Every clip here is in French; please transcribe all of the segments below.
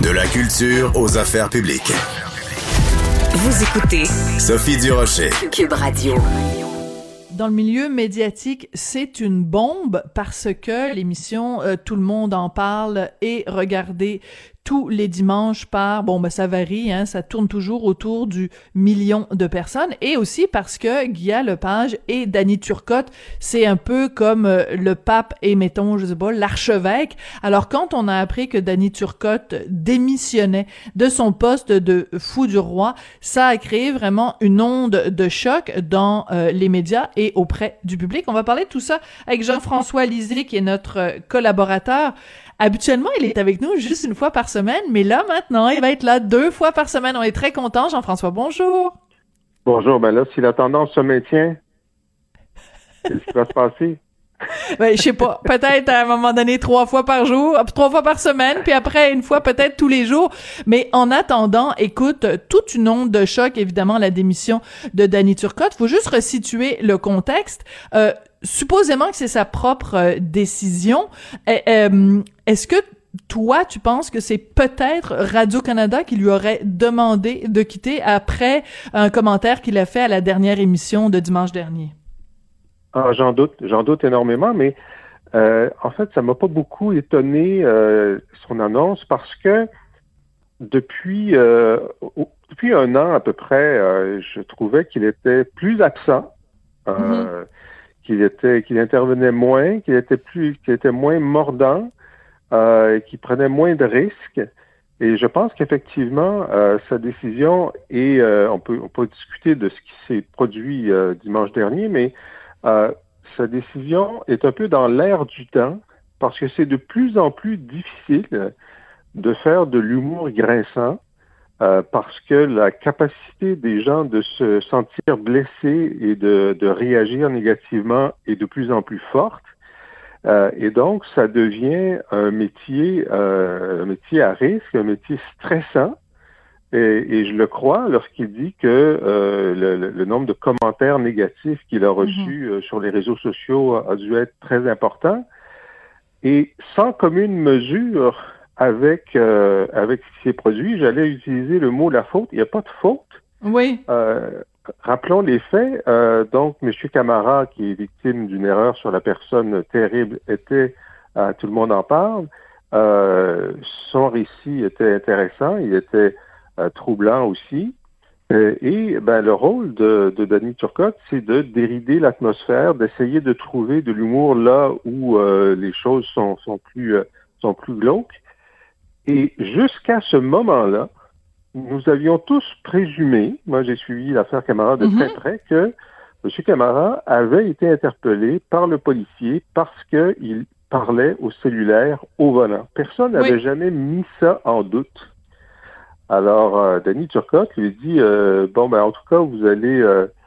De la culture aux affaires publiques. Vous écoutez Sophie Durocher. Cube Radio. Dans le milieu médiatique, c'est une bombe parce que l'émission Tout le monde en parle est regardée tous les dimanches par, ça varie, ça tourne toujours autour du million de personnes, et aussi parce que Guy Lepage et Danny Turcotte, c'est un peu comme le pape et, mettons, je sais pas, l'archevêque. Alors, quand on a appris que Danny Turcotte démissionnait de son poste de fou du roi, ça a créé vraiment une onde de choc dans les médias et auprès du public. On va parler de tout ça avec Jean-François Lisée, qui est notre collaborateur. Habituellement, il est avec nous juste une fois par semaine, mais là, maintenant, il va être là 2 fois par semaine. On est très contents. Jean-François, bonjour. Bonjour. Ben là, si la tendance se maintient, qu'est-ce qui va se passer? Ben, je sais pas. Peut-être à un moment donné 3 fois par jour, 3 fois par semaine, puis après une fois peut-être tous les jours. Mais en attendant, écoute, toute une onde de choc, évidemment, la démission de Danny Turcotte. Faut juste resituer le contexte. Supposément que c'est sa propre décision. Est-ce que toi, tu penses que c'est peut-être Radio-Canada qui lui aurait demandé de quitter après un commentaire qu'il a fait à la dernière émission de dimanche dernier? Ah, j'en doute énormément, mais en fait, ça m'a pas beaucoup étonné son annonce parce que depuis 1 an à peu près, je trouvais qu'il était plus absent. Qu'il intervenait moins, qu'il était moins mordant, qu'il prenait moins de risques. Et je pense qu'effectivement, sa décision est, on peut discuter de ce qui s'est produit dimanche dernier, mais sa décision est un peu dans l'air du temps parce que c'est de plus en plus difficile de faire de l'humour grinçant. Parce que la capacité des gens de se sentir blessés et de réagir négativement est de plus en plus forte. Et donc, ça devient un métier à risque, un métier stressant. Et je le crois lorsqu'il dit que le nombre de commentaires négatifs qu'il a reçus sur les réseaux sociaux a dû être très important. Et sans commune mesure avec ce qui s'est produit, j'allais utiliser le mot la faute. Il n'y a pas de faute. Oui. Rappelons les faits. Donc, M. Camara, qui est victime d'une erreur sur la personne terrible, était, tout le monde en parle. Son récit était intéressant. Il était troublant aussi. Et le rôle de Danny Turcotte, c'est de dérider l'atmosphère, d'essayer de trouver de l'humour là où les choses sont plus glauques. Et jusqu'à ce moment-là, nous avions tous présumé, moi j'ai suivi l'affaire Camara de très près, que M. Camara avait été interpellé par le policier parce qu'il parlait au cellulaire au volant. Personne n'avait jamais mis ça en doute. Alors, Danny Turcotte lui dit, en tout cas, vous allez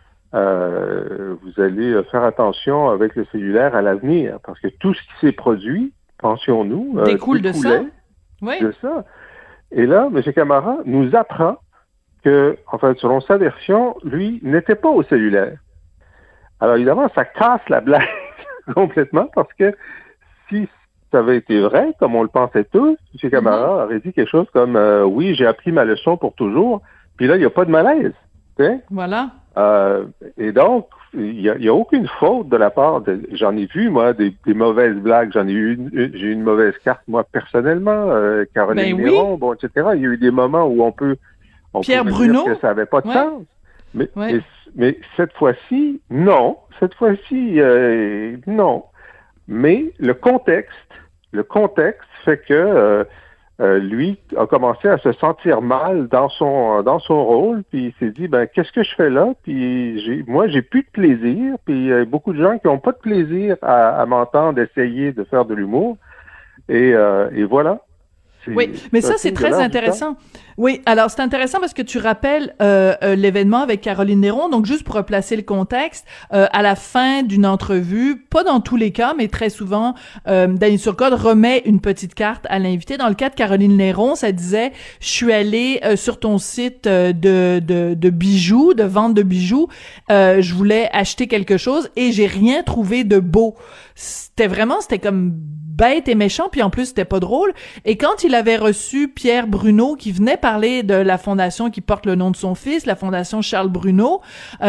faire attention avec le cellulaire à l'avenir, parce que tout ce qui s'est produit, pensions-nous, découle de ça. Oui. De ça. Et là, M. Camara nous apprend que, en fait, selon sa version, lui n'était pas au cellulaire. Alors, évidemment, ça casse la blague complètement parce que si ça avait été vrai, comme on le pensait tous, M. Camara aurait dit quelque chose comme oui, j'ai appris ma leçon pour toujours, puis là, il n'y a pas de malaise. T'sais? Voilà. Et donc, il y a aucune faute de la part j'en ai vu, moi, des mauvaises blagues. J'ai eu une mauvaise carte, moi, personnellement, Caroline Néron, etc. Il y a eu des moments où on peut Pierre Bruno, dire que ça n'avait pas de sens. Mais cette fois-ci, non. Cette fois-ci, non. Mais le contexte fait que lui a commencé à se sentir mal dans son rôle, puis il s'est dit qu'est-ce que je fais là? Puis j'ai plus de plaisir, puis il y a beaucoup de gens qui n'ont pas de plaisir à m'entendre essayer de faire de l'humour, et voilà. Oui, mais ça, c'est très intéressant. Oui, alors c'est intéressant parce que tu rappelles l'événement avec Caroline Néron. Donc, juste pour replacer le contexte, à la fin d'une entrevue, pas dans tous les cas, mais très souvent, Danny Turcotte remet une petite carte à l'invité. Dans le cas de Caroline Néron, ça disait « Je suis allée sur ton site de bijoux, de vente de bijoux. Je voulais acheter quelque chose et j'ai rien trouvé de beau. » C'était comme bête et méchant, puis en plus, c'était pas drôle. Et quand il il avait reçu Pierre Bruno, qui venait parler de la fondation qui porte le nom de son fils, la fondation Charles Bruno,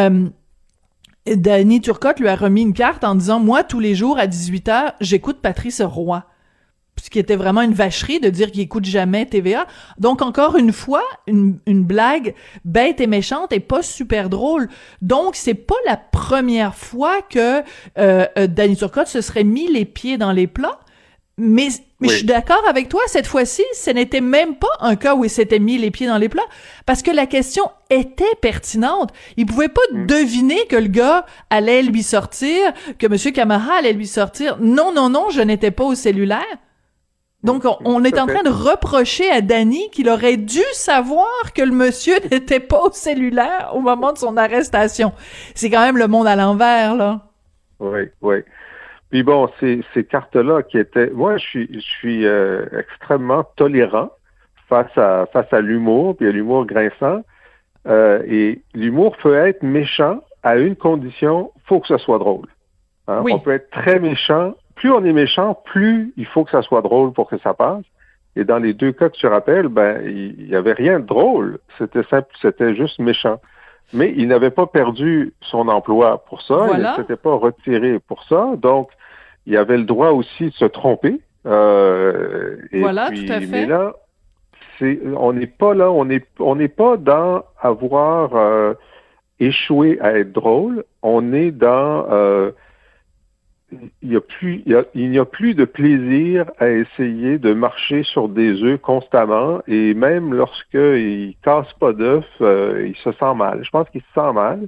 Danny Turcotte lui a remis une carte en disant « Moi, tous les jours, à 18h, j'écoute Patrice Roy ». Ce qui était vraiment une vacherie de dire qu'il écoute jamais TVA. Donc, encore une fois, une blague bête et méchante et pas super drôle. Donc, c'est pas la première fois que Danny Turcotte se serait mis les pieds dans les plats. Mais je suis d'accord avec toi, cette fois-ci, ce n'était même pas un cas où il s'était mis les pieds dans les plats, parce que la question était pertinente. Il pouvait pas deviner que le gars allait lui sortir, que M. Camara allait lui sortir. Non, je n'étais pas au cellulaire. Donc, on est en train de reprocher à Danny qu'il aurait dû savoir que le monsieur n'était pas au cellulaire au moment de son arrestation. C'est quand même le monde à l'envers, là. Oui. Puis bon, ces cartes-là qui étaient... Moi, je suis extrêmement tolérant face à l'humour, puis à l'humour grinçant. Et l'humour peut être méchant à une condition, faut que ça soit drôle. Hein? Oui. On peut être très méchant. Plus on est méchant, plus il faut que ça soit drôle pour que ça passe. Et dans les deux cas que tu rappelles, il y avait rien de drôle. C'était simple, c'était juste méchant. Mais il n'avait pas perdu son emploi pour ça. Voilà. Il ne s'était pas retiré pour ça. Donc, il avait le droit aussi de se tromper. Voilà, puis, tout à fait. Mais là, on n'est pas là, on n'est pas dans avoir échoué à être drôle. On est dans il n'y a plus de plaisir à essayer de marcher sur des œufs constamment, et même lorsqu'il casse pas d'œufs, il se sent mal. Je pense qu'il se sent mal.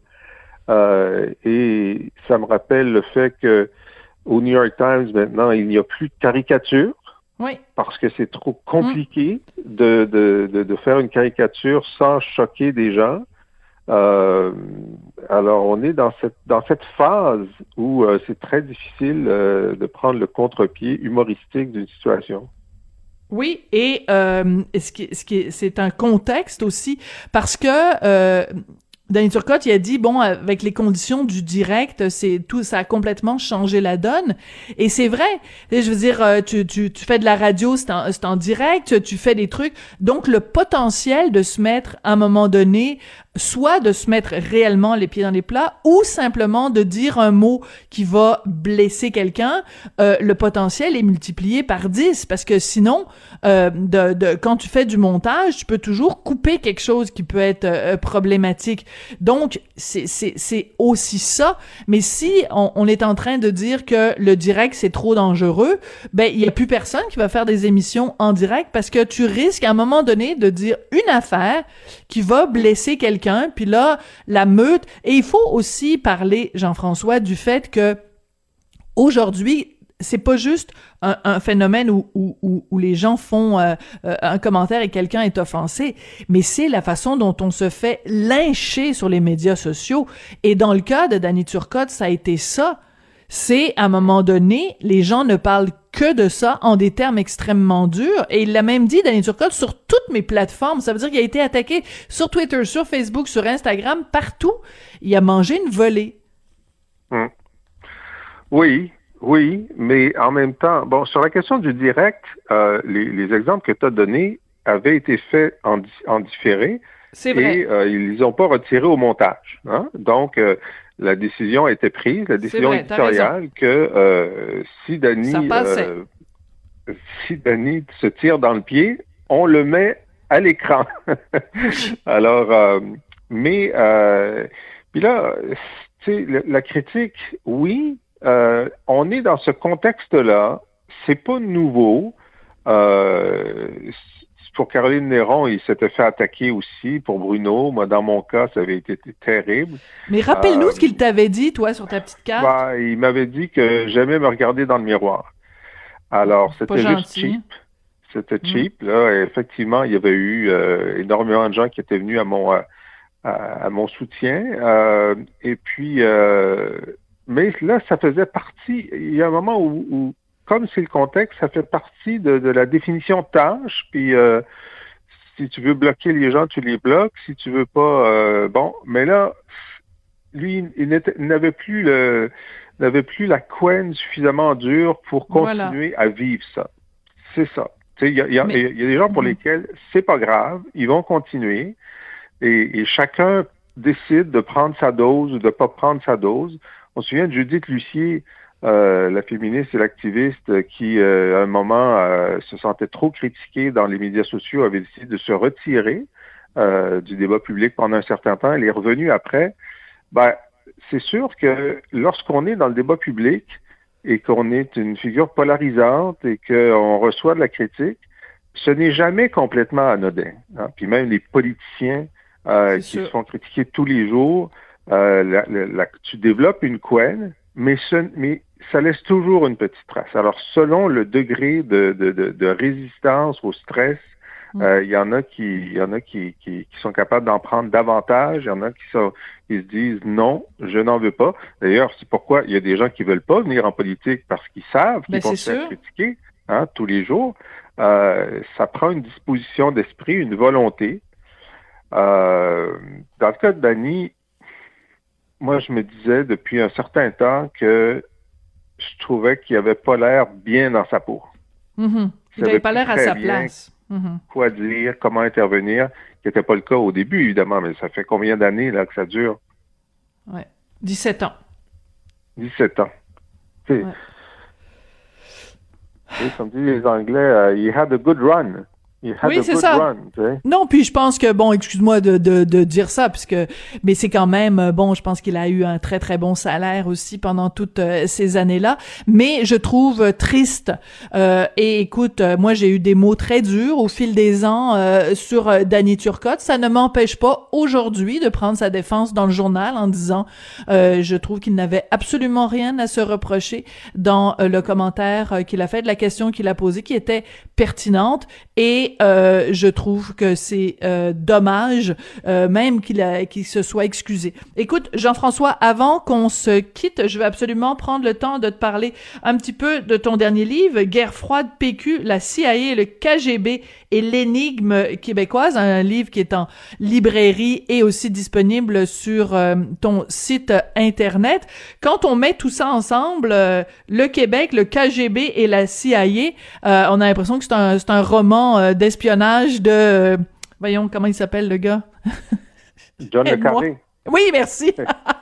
Et ça me rappelle le fait que au New York Times, maintenant, il n'y a plus de caricature. Oui. Parce que c'est trop compliqué de faire une caricature sans choquer des gens. Alors, on est dans cette phase où c'est très difficile de prendre le contre-pied humoristique d'une situation. Oui, et c'est un contexte aussi, parce que Danny Turcotte, il a dit, bon, avec les conditions du direct, ça a complètement changé la donne. Et c'est vrai. Je veux dire, tu fais de la radio, c'est en direct, tu fais des trucs. Donc, le potentiel de se mettre, à un moment donné, soit de se mettre réellement les pieds dans les plats, ou simplement de dire un mot qui va blesser quelqu'un, le potentiel est multiplié par 10, parce que sinon, quand tu fais du montage, tu peux toujours couper quelque chose qui peut être problématique. Donc, c'est aussi ça. Mais si on est en train de dire que le direct, c'est trop dangereux, il y a plus personne qui va faire des émissions en direct, parce que tu risques, à un moment donné, de dire une affaire qui va blesser quelqu'un, puis là, la meute. Et il faut aussi parler, Jean-François, du fait que aujourd'hui, c'est pas juste un phénomène où les gens font un commentaire et quelqu'un est offensé, mais c'est la façon dont on se fait lyncher sur les médias sociaux. Et dans le cas de Danny Turcotte, ça a été ça. C'est, à un moment donné, les gens ne parlent que de ça en des termes extrêmement durs. Et il l'a même dit, Danny Turcotte, sur toutes mes plateformes. Ça veut dire qu'il a été attaqué sur Twitter, sur Facebook, sur Instagram, partout. Il a mangé une volée. Oui, mais en même temps, bon, sur la question du direct, les exemples que tu as donnés avaient été faits en différé. C'est vrai. Et ils les ont pas retirés au montage. Hein? Donc, la décision a été prise, la décision éditoriale, que si Danny se tire dans le pied, on le met à l'écran. Alors, puis là, tu sais, la critique, oui, on est dans ce contexte-là, c'est pas nouveau. Pour Caroline Néron, il s'était fait attaquer aussi. Pour Bruno, moi, dans mon cas, ça avait été terrible. Mais rappelle-nous ce qu'il t'avait dit, toi, sur ta petite carte. Il m'avait dit que j'aimais me regarder dans le miroir. Alors, c'était juste cheap. C'était cheap. Là, et effectivement, il y avait eu énormément de gens qui étaient venus à mon soutien. Et puis, mais là, ça faisait partie. Il y a un moment où comme c'est le contexte, ça fait partie de la définition de tâche. Puis, si tu veux bloquer les gens, tu les bloques. Si tu veux pas, bon. Mais là, lui, il n'avait plus la couenne suffisamment dure pour continuer à vivre ça. C'est ça. Tu sais, il y a des gens pour lesquels c'est pas grave, ils vont continuer et chacun décide de prendre sa dose ou de pas prendre sa dose. On se souvient de Judith Lucier, la féministe et l'activiste qui, à un moment, se sentait trop critiquée dans les médias sociaux, avait décidé de se retirer du débat public pendant un certain temps. Elle est revenue après. Ben, c'est sûr que lorsqu'on est dans le débat public et qu'on est une figure polarisante et qu'on reçoit de la critique, ce n'est jamais complètement anodin. Hein? Puis même les politiciens qui se font critiquer tous les jours, tu développes une couenne, mais ça laisse toujours une petite trace. Alors, selon le degré de résistance au stress, il y en a qui sont capables d'en prendre davantage. Il y en a qui se disent non, je n'en veux pas. D'ailleurs, c'est pourquoi il y a des gens qui veulent pas venir en politique parce qu'ils savent qu'ils vont se faire critiquer tous les jours. Ça prend une disposition d'esprit, une volonté. Dans le cas de Dany, moi, je me disais depuis un certain temps que je trouvais qu'il avait pas l'air bien dans sa peau. Il n'avait pas l'air à sa place. Quoi dire, comment intervenir, qui n'était pas le cas au début, évidemment, mais ça fait combien d'années là que ça dure? Ouais. 17 ans. 17 ans. Ouais. Comme disent les Anglais, he had a good run. Oui, c'est ça. Run, non, puis je pense que, bon, excuse-moi de dire ça, mais c'est quand même, bon, je pense qu'il a eu un très, très bon salaire aussi pendant toutes ces années-là, mais je trouve triste, et écoute, moi, j'ai eu des mots très durs au fil des ans sur Dany Turcotte. Ça ne m'empêche pas aujourd'hui de prendre sa défense dans le journal en disant, je trouve qu'il n'avait absolument rien à se reprocher dans le commentaire qu'il a fait, de la question qu'il a posée, qui était pertinente, et je trouve que c'est dommage même qu'il se soit excusé. Écoute, Jean-François, avant qu'on se quitte, je vais absolument prendre le temps de te parler un petit peu de ton dernier livre, Guerre froide, PQ, la CIA, le KGB et l'énigme québécoise, un livre qui est en librairie et aussi disponible sur ton site Internet. Quand on met tout ça ensemble, le Québec, le KGB et la CIA, on a l'impression que c'est un roman d'espionnage de... voyons, comment il s'appelle, le gars? John Le Carré. Oui, merci.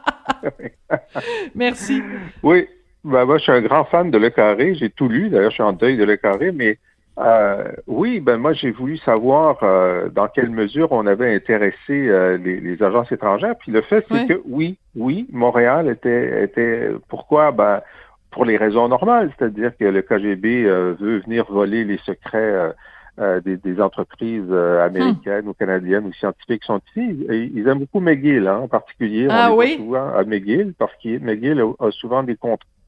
Merci. Oui, ben moi, je suis un grand fan de Le Carré. J'ai tout lu. D'ailleurs, je suis en deuil de Le Carré. Mais oui, ben moi, j'ai voulu savoir dans quelle mesure on avait intéressé les agences étrangères. Puis le fait, c'est que oui, Montréal était... Pourquoi? Ben, pour les raisons normales, c'est-à-dire que le KGB veut venir voler les secrets des entreprises américaines ou canadiennes ou scientifiques sont ici. Et ils aiment beaucoup McGill, en particulier. On les voit souvent à McGill, parce que McGill a souvent des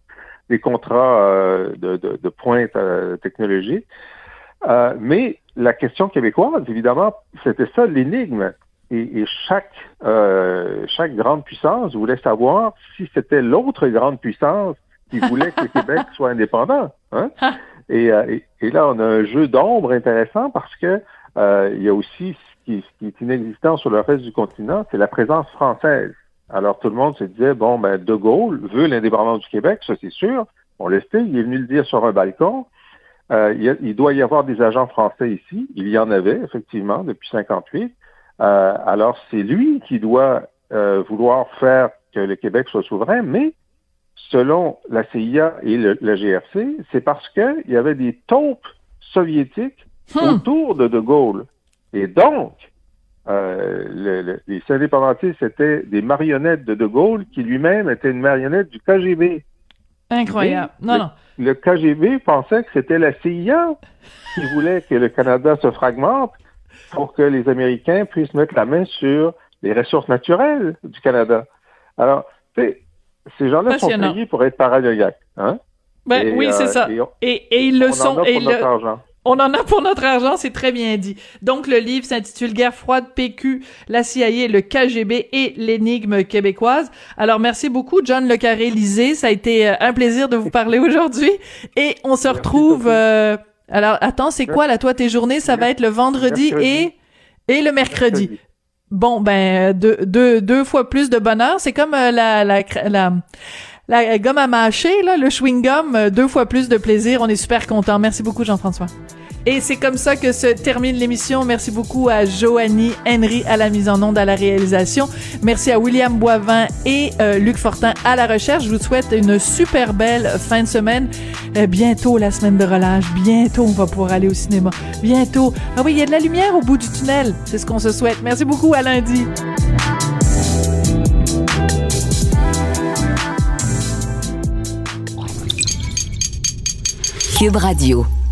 contrats de pointe technologique. Mais la question québécoise, évidemment, c'était ça l'énigme. Et chaque grande puissance voulait savoir si c'était l'autre grande puissance qui voulait que le Québec soit indépendant. Hein? Et là, on a un jeu d'ombre intéressant parce que il y a aussi ce qui est inexistant sur le reste du continent, c'est la présence française. Alors, tout le monde se disait, bon, ben, De Gaulle veut l'indépendance du Québec, ça c'est sûr. On le sait, il est venu le dire sur un balcon. Il doit y avoir des agents français ici. Il y en avait, effectivement, depuis 58. Alors, c'est lui qui doit vouloir faire que le Québec soit souverain, mais selon la CIA et la GRC, c'est parce qu'il y avait des taupes soviétiques autour de Gaulle. Et donc, les indépendantistes étaient des marionnettes de Gaulle qui lui-même était une marionnette du KGB. Incroyable. Le KGB pensait que c'était la CIA qui voulait que le Canada se fragmente pour que les Américains puissent mettre la main sur les ressources naturelles du Canada. Alors, ces gens-là sont payés pour être paranoïaques. Hein? Ben, oui, c'est ça. Et ils le sont. On en a pour notre argent, c'est très bien dit. Donc, le livre s'intitule Guerre froide, PQ, la CIA, le KGB et l'énigme québécoise. Alors, merci beaucoup, John Le Carré. Lisez, ça a été un plaisir de vous parler aujourd'hui. Et on se retrouve... alors, attends, c'est quoi, là, toi, tes journées? Ça va être le vendredi et le mercredi. Bon, ben, deux fois plus de bonheur. C'est comme la gomme à mâcher, là, le chewing-gum, 2 fois plus de plaisir. On est super contents. Merci beaucoup, Jean-François. Et c'est comme ça que se termine l'émission. Merci beaucoup à Joanie Henry à la mise en onde, à la réalisation. Merci à William Boivin et Luc Fortin à la recherche. Je vous souhaite une super belle fin de semaine. Bientôt la semaine de relâche. Bientôt on va pouvoir aller au cinéma. Bientôt. Ah oui, il y a de la lumière au bout du tunnel. C'est ce qu'on se souhaite. Merci beaucoup. À lundi. Cube Radio.